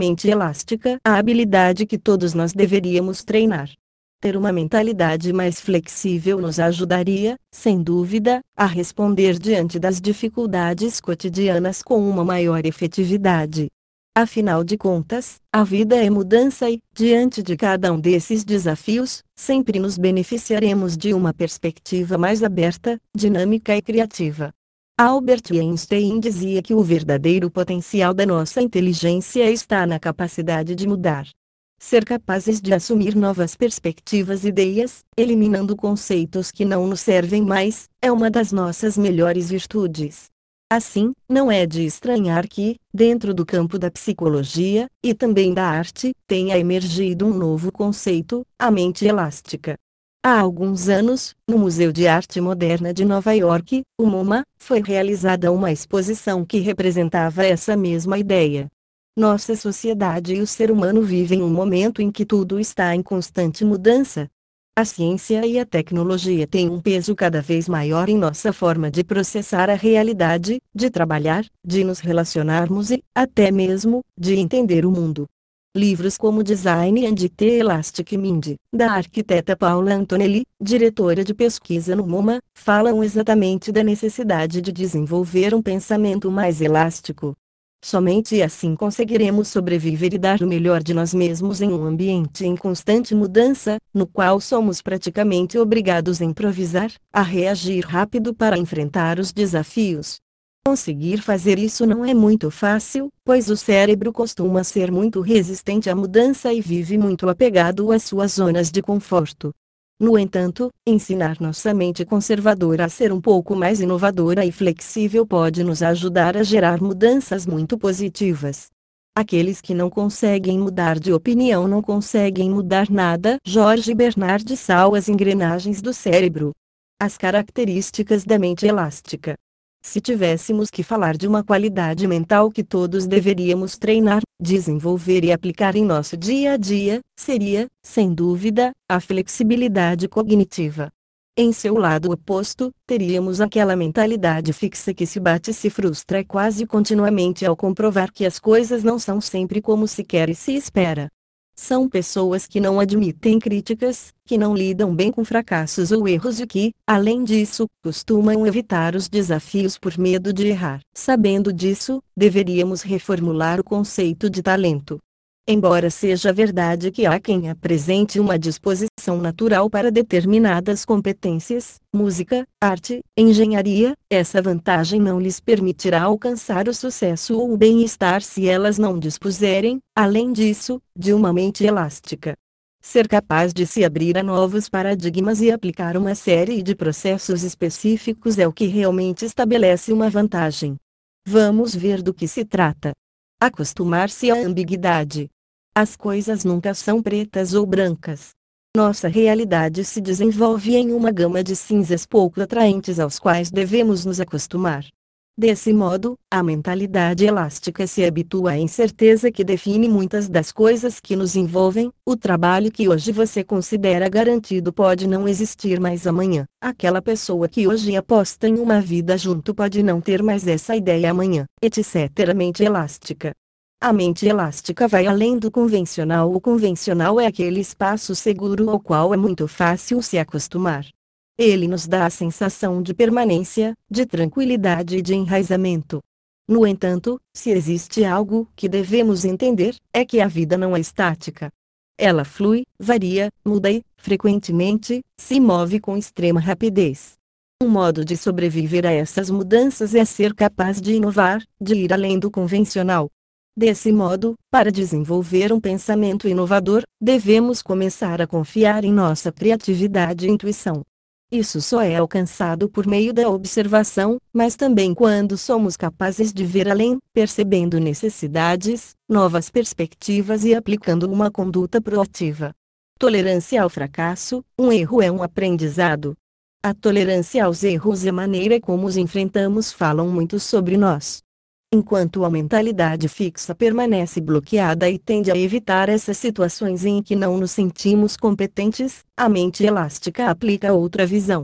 Mente elástica, a habilidade que todos nós deveríamos treinar. Ter uma mentalidade mais flexível nos ajudaria, sem dúvida, a responder diante das dificuldades cotidianas com uma maior efetividade. Afinal de contas, a vida é mudança e, diante de cada um desses desafios, sempre nos beneficiaremos de uma perspectiva mais aberta, dinâmica e criativa. Albert Einstein dizia que o verdadeiro potencial da nossa inteligência está na capacidade de mudar. Ser capazes de assumir novas perspectivas e ideias, eliminando conceitos que não nos servem mais, é uma das nossas melhores virtudes. Assim, não é de estranhar que, dentro do campo da psicologia, e também da arte, tenha emergido um novo conceito, a mente elástica. Há alguns anos, no Museu de Arte Moderna de Nova York, o MoMA, foi realizada uma exposição que representava essa mesma ideia. Nossa sociedade e o ser humano vivem um momento em que tudo está em constante mudança. A ciência e a tecnologia têm um peso cada vez maior em nossa forma de processar a realidade, de trabalhar, de nos relacionarmos e, até mesmo, de entender o mundo. Livros como Design and the Elastic Mind, da arquiteta Paula Antonelli, diretora de pesquisa no MoMA, falam exatamente da necessidade de desenvolver um pensamento mais elástico. Somente assim conseguiremos sobreviver e dar o melhor de nós mesmos em um ambiente em constante mudança, no qual somos praticamente obrigados a improvisar, a reagir rápido para enfrentar os desafios. Conseguir fazer isso não é muito fácil, pois o cérebro costuma ser muito resistente à mudança e vive muito apegado às suas zonas de conforto. No entanto, ensinar nossa mente conservadora a ser um pouco mais inovadora e flexível pode nos ajudar a gerar mudanças muito positivas. Aqueles que não conseguem mudar de opinião não conseguem mudar nada. Jorge Bernard Shaw. As engrenagens do cérebro. As características da mente elástica. Se tivéssemos que falar de uma qualidade mental que todos deveríamos treinar, desenvolver e aplicar em nosso dia a dia, seria, sem dúvida, a flexibilidade cognitiva. Em seu lado oposto, teríamos aquela mentalidade fixa que se bate e se frustra quase continuamente ao comprovar que as coisas não são sempre como se quer e se espera. São pessoas que não admitem críticas, que não lidam bem com fracassos ou erros e que, além disso, costumam evitar os desafios por medo de errar. Sabendo disso, deveríamos reformular o conceito de talento. Embora seja verdade que há quem apresente uma disposição natural para determinadas competências, música, arte, engenharia, essa vantagem não lhes permitirá alcançar o sucesso ou o bem-estar se elas não dispuserem, além disso, de uma mente elástica. Ser capaz de se abrir a novos paradigmas e aplicar uma série de processos específicos é o que realmente estabelece uma vantagem. Vamos ver do que se trata. Acostumar-se à ambiguidade. As coisas nunca são pretas ou brancas. Nossa realidade se desenvolve em uma gama de cinzas pouco atraentes aos quais devemos nos acostumar. Desse modo, a mentalidade elástica se habitua à incerteza que define muitas das coisas que nos envolvem. O trabalho que hoje você considera garantido pode não existir mais amanhã. Aquela pessoa que hoje aposta em uma vida junto pode não ter mais essa ideia amanhã, etc. Mente elástica. A mente elástica vai além do convencional. O convencional é aquele espaço seguro ao qual é muito fácil se acostumar. Ele nos dá a sensação de permanência, de tranquilidade e de enraizamento. No entanto, se existe algo que devemos entender, é que a vida não é estática. Ela flui, varia, muda e, frequentemente, se move com extrema rapidez. Um modo de sobreviver a essas mudanças é ser capaz de inovar, de ir além do convencional. Desse modo, para desenvolver um pensamento inovador, devemos começar a confiar em nossa criatividade e intuição. Isso só é alcançado por meio da observação, mas também quando somos capazes de ver além, percebendo necessidades, novas perspectivas e aplicando uma conduta proativa. Tolerância ao fracasso. Um erro é um aprendizado. A tolerância aos erros e a maneira como os enfrentamos falam muito sobre nós. Enquanto a mentalidade fixa permanece bloqueada e tende a evitar essas situações em que não nos sentimos competentes, a mente elástica aplica outra visão.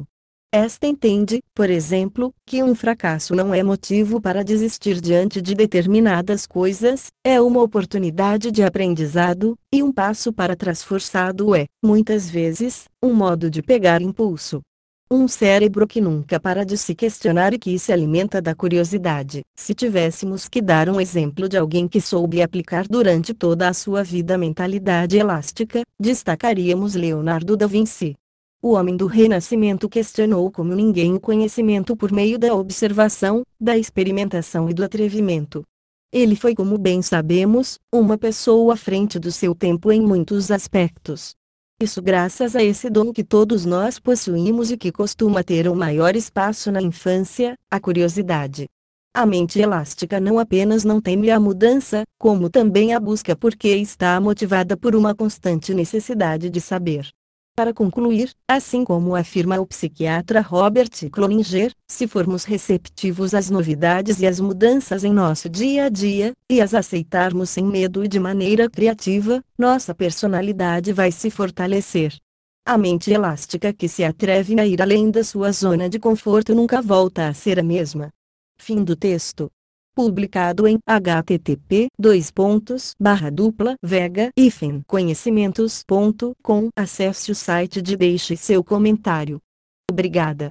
Esta entende, por exemplo, que um fracasso não é motivo para desistir diante de determinadas coisas, é uma oportunidade de aprendizado, e um passo para trás forçado é, muitas vezes, um modo de pegar impulso. Um cérebro que nunca para de se questionar e que se alimenta da curiosidade. Se tivéssemos que dar um exemplo de alguém que soube aplicar durante toda a sua vida a mentalidade elástica, destacaríamos Leonardo da Vinci. O homem do Renascimento questionou como ninguém o conhecimento por meio da observação, da experimentação e do atrevimento. Ele foi, como bem sabemos, uma pessoa à frente do seu tempo em muitos aspectos. Isso graças a esse dom que todos nós possuímos e que costuma ter um maior espaço na infância, a curiosidade. A mente elástica não apenas não teme a mudança, como também a busca porque está motivada por uma constante necessidade de saber. Para concluir, assim como afirma o psiquiatra Robert Cloninger, se formos receptivos às novidades e às mudanças em nosso dia a dia, e as aceitarmos sem medo e de maneira criativa, nossa personalidade vai se fortalecer. A mente elástica que se atreve a ir além da sua zona de conforto nunca volta a ser a mesma. Fim do texto. Publicado em http://vega-conhecimentos.com. Acesse o site e deixe seu comentário. Obrigada.